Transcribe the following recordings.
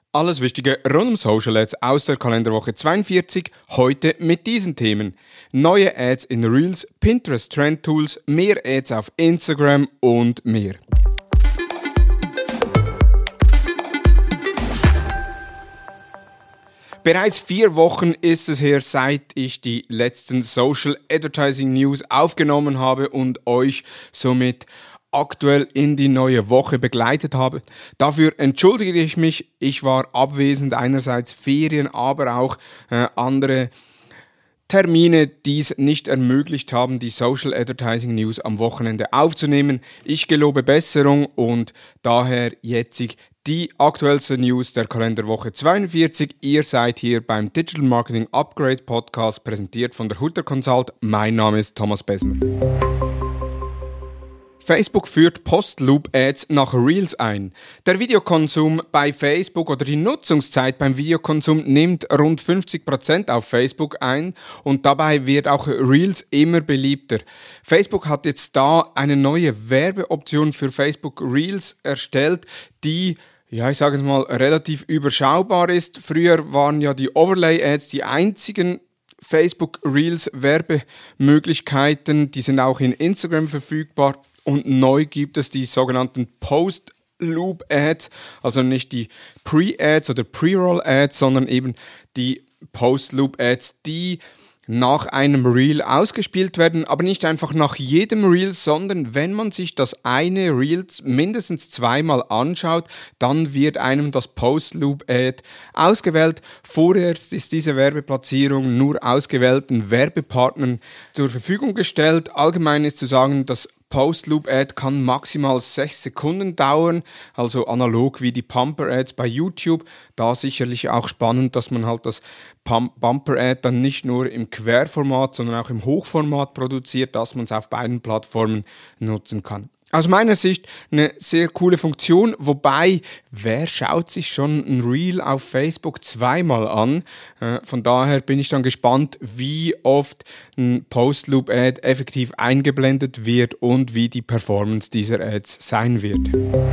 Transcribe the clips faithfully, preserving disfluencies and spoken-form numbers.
Alles Wichtige rund um Social Ads aus der Kalenderwoche zweiundvierzig, heute mit diesen Themen. Neue Ads in Reels, Pinterest Trend Tools, mehr Ads auf Instagram und mehr. Bereits vier Wochen ist es her, seit ich die letzten Social Advertising News aufgenommen habe und euch somit aktuell in die neue Woche begleitet habe. Dafür entschuldige ich mich. Ich war abwesend, einerseits Ferien, aber auch äh, andere Termine, die es nicht ermöglicht haben, die Social Advertising News am Wochenende aufzunehmen. Ich gelobe Besserung und daher jetzt die aktuellste News der Kalenderwoche zweiundvierzig. Ihr seid hier beim Digital Marketing Upgrade Podcast, präsentiert von der Hutter Consult. Mein Name ist Thomas Besmer. Facebook führt Post-Loop-Ads nach Reels ein. Der Videokonsum bei Facebook oder die Nutzungszeit beim Videokonsum nimmt rund fünfzig Prozent auf Facebook ein und dabei wird auch Reels immer beliebter. Facebook hat jetzt da eine neue Werbeoption für Facebook Reels erstellt, die, ja, ich sage es mal, relativ überschaubar ist. Früher waren ja die Overlay-Ads die einzigen Facebook Reels Werbemöglichkeiten, die sind auch in Instagram verfügbar. Und neu gibt es die sogenannten Post-Loop-Ads, also nicht die Pre-Ads oder Pre-Roll-Ads, sondern eben die Post-Loop-Ads, die nach einem Reel ausgespielt werden, aber nicht einfach nach jedem Reel, sondern wenn man sich das eine Reel mindestens zweimal anschaut, dann wird einem das Post-Loop-Ad ausgewählt. Vorher ist diese Werbeplatzierung nur ausgewählten Werbepartnern zur Verfügung gestellt. Allgemein ist zu sagen, dass Post-Loop-Ad kann maximal sechs Sekunden dauern, also analog wie die Pumper-Ads bei YouTube. Da sicherlich auch spannend, dass man halt das Bumper-Ad dann nicht nur im Querformat, sondern auch im Hochformat produziert, dass man es auf beiden Plattformen nutzen kann. Aus meiner Sicht eine sehr coole Funktion, wobei, wer schaut sich schon ein Reel auf Facebook zweimal an? Äh, von daher bin ich dann gespannt, wie oft ein Post-Loop-Ad effektiv eingeblendet wird und wie die Performance dieser Ads sein wird.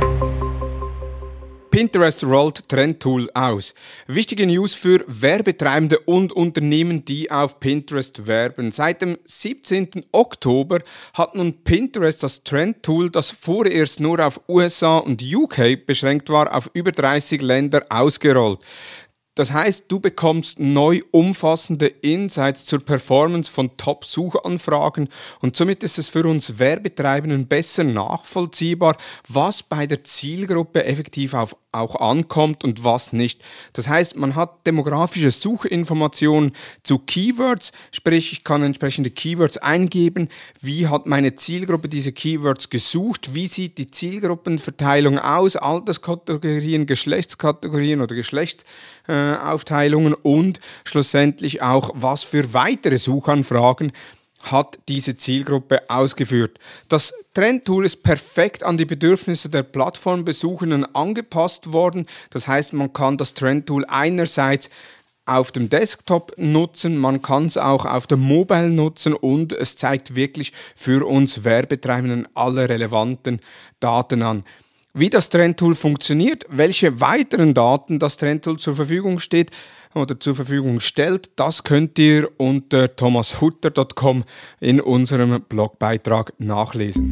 Pinterest rollt Trendtool aus. Wichtige News für Werbetreibende und Unternehmen, die auf Pinterest werben. Seit dem siebzehnten Oktober hat nun Pinterest das Trendtool, das vorerst nur auf U S A und U K beschränkt war, auf über dreißig Länder ausgerollt. Das heißt, du bekommst neu umfassende Insights zur Performance von Top-Suchanfragen und somit ist es für uns Werbetreibenden besser nachvollziehbar, was bei der Zielgruppe effektiv auf, auch ankommt und was nicht. Das heißt, man hat demografische Suchinformationen zu Keywords, sprich ich kann entsprechende Keywords eingeben, wie hat meine Zielgruppe diese Keywords gesucht, wie sieht die Zielgruppenverteilung aus, Alterskategorien, Geschlechtskategorien oder Geschlechts Aufteilungen und schlussendlich auch, was für weitere Suchanfragen hat diese Zielgruppe ausgeführt. Das Trendtool ist perfekt an die Bedürfnisse der Plattformbesuchenden angepasst worden. Das heißt, man kann das Trendtool einerseits auf dem Desktop nutzen, man kann es auch auf dem Mobile nutzen und es zeigt wirklich für uns Werbetreibenden alle relevanten Daten an. Wie das Trendtool funktioniert, welche weiteren Daten das Trendtool zur Verfügung steht oder zur Verfügung stellt, das könnt ihr unter thomas hutter punkt com in unserem Blogbeitrag nachlesen.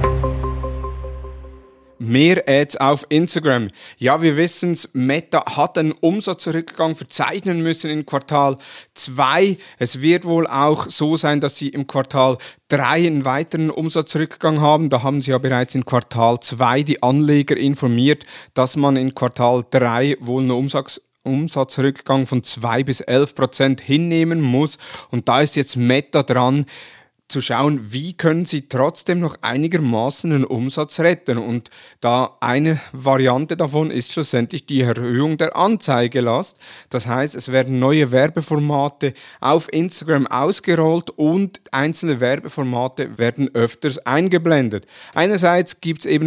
Mehr Ads auf Instagram. Ja, wir wissen es, Meta hat einen Umsatzrückgang verzeichnen müssen in Quartal zwei. Es wird wohl auch so sein, dass sie im Quartal drei einen weiteren Umsatzrückgang haben. Da haben sie ja bereits in Quartal zwei die Anleger informiert, dass man in Quartal drei wohl einen Umsatz Umsatzrückgang von zwei bis elf Prozent hinnehmen muss. Und da ist jetzt Meta dran, zu schauen, wie können sie trotzdem noch einigermaßen den Umsatz retten. Und da eine Variante davon ist schlussendlich die Erhöhung der Anzeigelast. Das heißt, es werden neue Werbeformate auf Instagram ausgerollt und einzelne Werbeformate werden öfters eingeblendet. Einerseits gibt es eben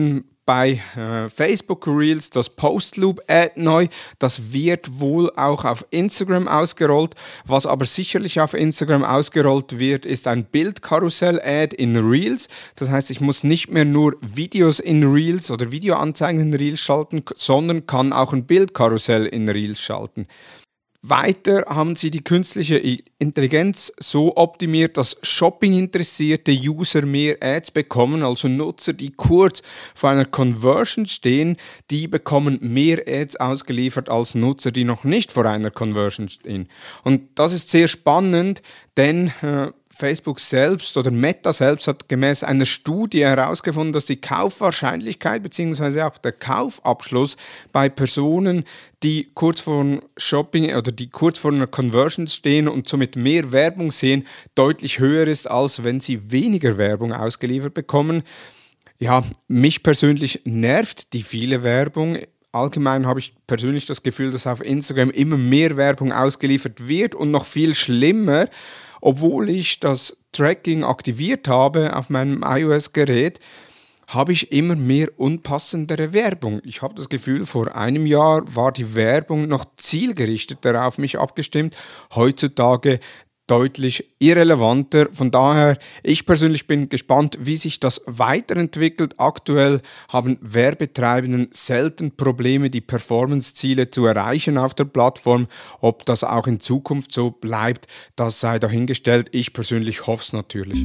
bei äh, Facebook Reels das Post-Loop-Ad neu. Das wird wohl auch auf Instagram ausgerollt. Was aber sicherlich auf Instagram ausgerollt wird, ist ein Bild-Karussell-Ad in Reels. Das heißt, ich muss nicht mehr nur Videos in Reels oder Videoanzeigen in Reels schalten, sondern kann auch ein Bild-Karussell in Reels schalten. Weiter haben sie die künstliche Intelligenz so optimiert, dass Shopping-interessierte User mehr Ads bekommen, also Nutzer, die kurz vor einer Conversion stehen, die bekommen mehr Ads ausgeliefert als Nutzer, die noch nicht vor einer Conversion stehen. Und das ist sehr spannend, denn äh, Facebook selbst oder Meta selbst hat gemäß einer Studie herausgefunden, dass die Kaufwahrscheinlichkeit bzw. auch der Kaufabschluss bei Personen, die kurz vor Shopping oder die kurz vor einer Conversion stehen und somit mehr Werbung sehen, deutlich höher ist, als wenn sie weniger Werbung ausgeliefert bekommen. Ja, mich persönlich nervt die viele Werbung. Allgemein habe ich persönlich das Gefühl, dass auf Instagram immer mehr Werbung ausgeliefert wird und noch viel schlimmer, obwohl ich das Tracking aktiviert habe auf meinem iOS-Gerät, habe ich immer mehr unpassendere Werbung. Ich habe das Gefühl, vor einem Jahr war die Werbung noch zielgerichteter auf mich abgestimmt. Heutzutage deutlich irrelevanter. Von daher, ich persönlich bin gespannt, wie sich das weiterentwickelt. Aktuell haben Werbetreibenden selten Probleme, die Performance-Ziele zu erreichen auf der Plattform. Ob das auch in Zukunft so bleibt, das sei dahingestellt. Ich persönlich hoffe es natürlich.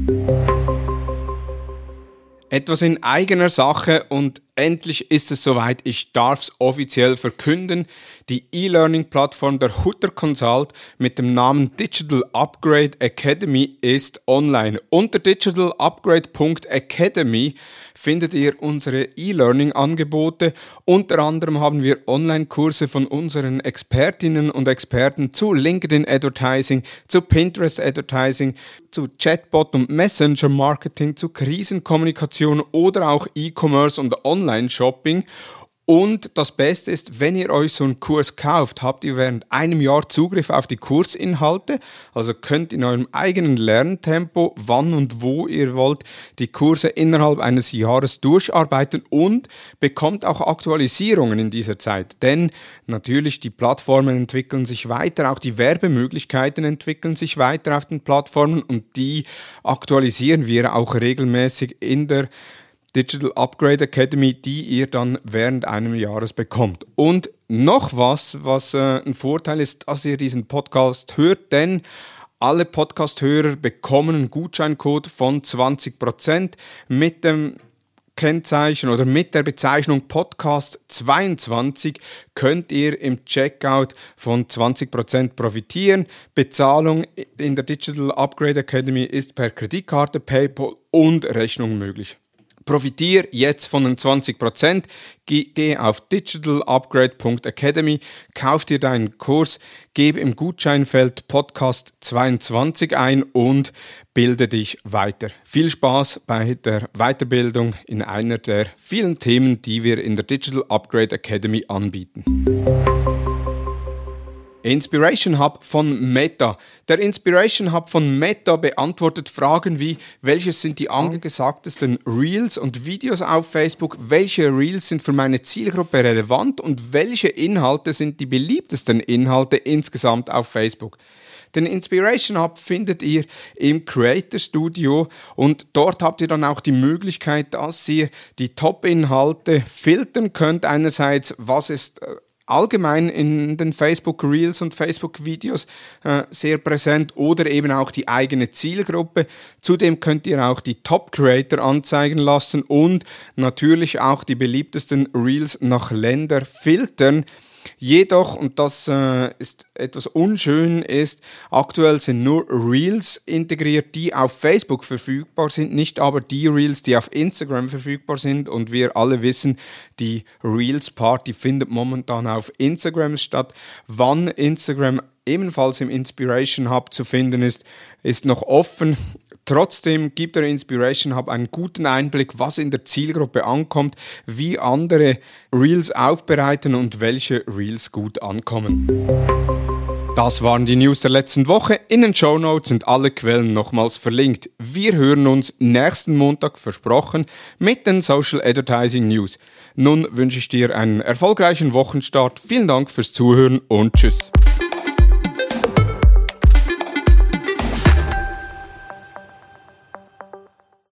Etwas in eigener Sache und endlich ist es soweit, ich darf es offiziell verkünden. Die E-Learning-Plattform der Hutter Consult mit dem Namen Digital Upgrade Academy ist online. Unter digital upgrade punkt academy findet ihr unsere E-Learning-Angebote. Unter anderem haben wir Online-Kurse von unseren Expertinnen und Experten zu LinkedIn-Advertising, zu Pinterest-Advertising, zu Chatbot- und Messenger-Marketing, zu Krisenkommunikation oder auch E-Commerce und Online-Shopping. Und das Beste ist, wenn ihr euch so einen Kurs kauft, habt ihr während einem Jahr Zugriff auf die Kursinhalte, also könnt in eurem eigenen Lerntempo, wann und wo ihr wollt, die Kurse innerhalb eines Jahres durcharbeiten und bekommt auch Aktualisierungen in dieser Zeit. Denn natürlich, die Plattformen entwickeln sich weiter, auch die Werbemöglichkeiten entwickeln sich weiter auf den Plattformen und die aktualisieren wir auch regelmäßig in der Digital Upgrade Academy, die ihr dann während einem Jahres bekommt. Und noch was, was äh, ein Vorteil ist, dass ihr diesen Podcast hört, denn alle Podcast-Hörer bekommen einen Gutscheincode von zwanzig Prozent mit dem Kennzeichen oder mit der Bezeichnung Podcast zweiundzwanzig könnt ihr im Checkout von zwanzig Prozent profitieren. Bezahlung in der Digital Upgrade Academy ist per Kreditkarte, PayPal und Rechnung möglich. Profitiere jetzt von den zwanzig Prozent, geh, geh auf digital upgrade punkt academy, kauf dir deinen Kurs, gebe im Gutscheinfeld Podcast zweiundzwanzig ein und bilde dich weiter. Viel Spaß bei der Weiterbildung in einer der vielen Themen, die wir in der Digital Upgrade Academy anbieten. Inspiration Hub von Meta. Der Inspiration Hub von Meta beantwortet Fragen wie: Welches sind die angesagtesten Reels und Videos auf Facebook? Welche Reels sind für meine Zielgruppe relevant? Und welche Inhalte sind die beliebtesten Inhalte insgesamt auf Facebook? Den Inspiration Hub findet ihr im Creator Studio und dort habt ihr dann auch die Möglichkeit, dass ihr die Top-Inhalte filtern könnt. Einerseits, was ist allgemein in den Facebook Reels und Facebook Videos äh, sehr präsent oder eben auch die eigene Zielgruppe. Zudem könnt ihr auch die Top Creator anzeigen lassen und natürlich auch die beliebtesten Reels nach Länder filtern. Jedoch, und das äh, ist etwas unschön, ist, aktuell sind nur Reels integriert, die auf Facebook verfügbar sind, nicht aber die Reels, die auf Instagram verfügbar sind. Und wir alle wissen, die Reels-Party findet momentan auf Instagram statt. Wann Instagram ebenfalls im Inspiration Hub zu finden ist, ist noch offen. Trotzdem gibt der Inspiration Hub einen guten Einblick, was in der Zielgruppe ankommt, wie andere Reels aufbereiten und welche Reels gut ankommen. Das waren die News der letzten Woche. In den Shownotes sind alle Quellen nochmals verlinkt. Wir hören uns nächsten Montag, versprochen, mit den Social Advertising News. Nun wünsche ich dir einen erfolgreichen Wochenstart. Vielen Dank fürs Zuhören und tschüss.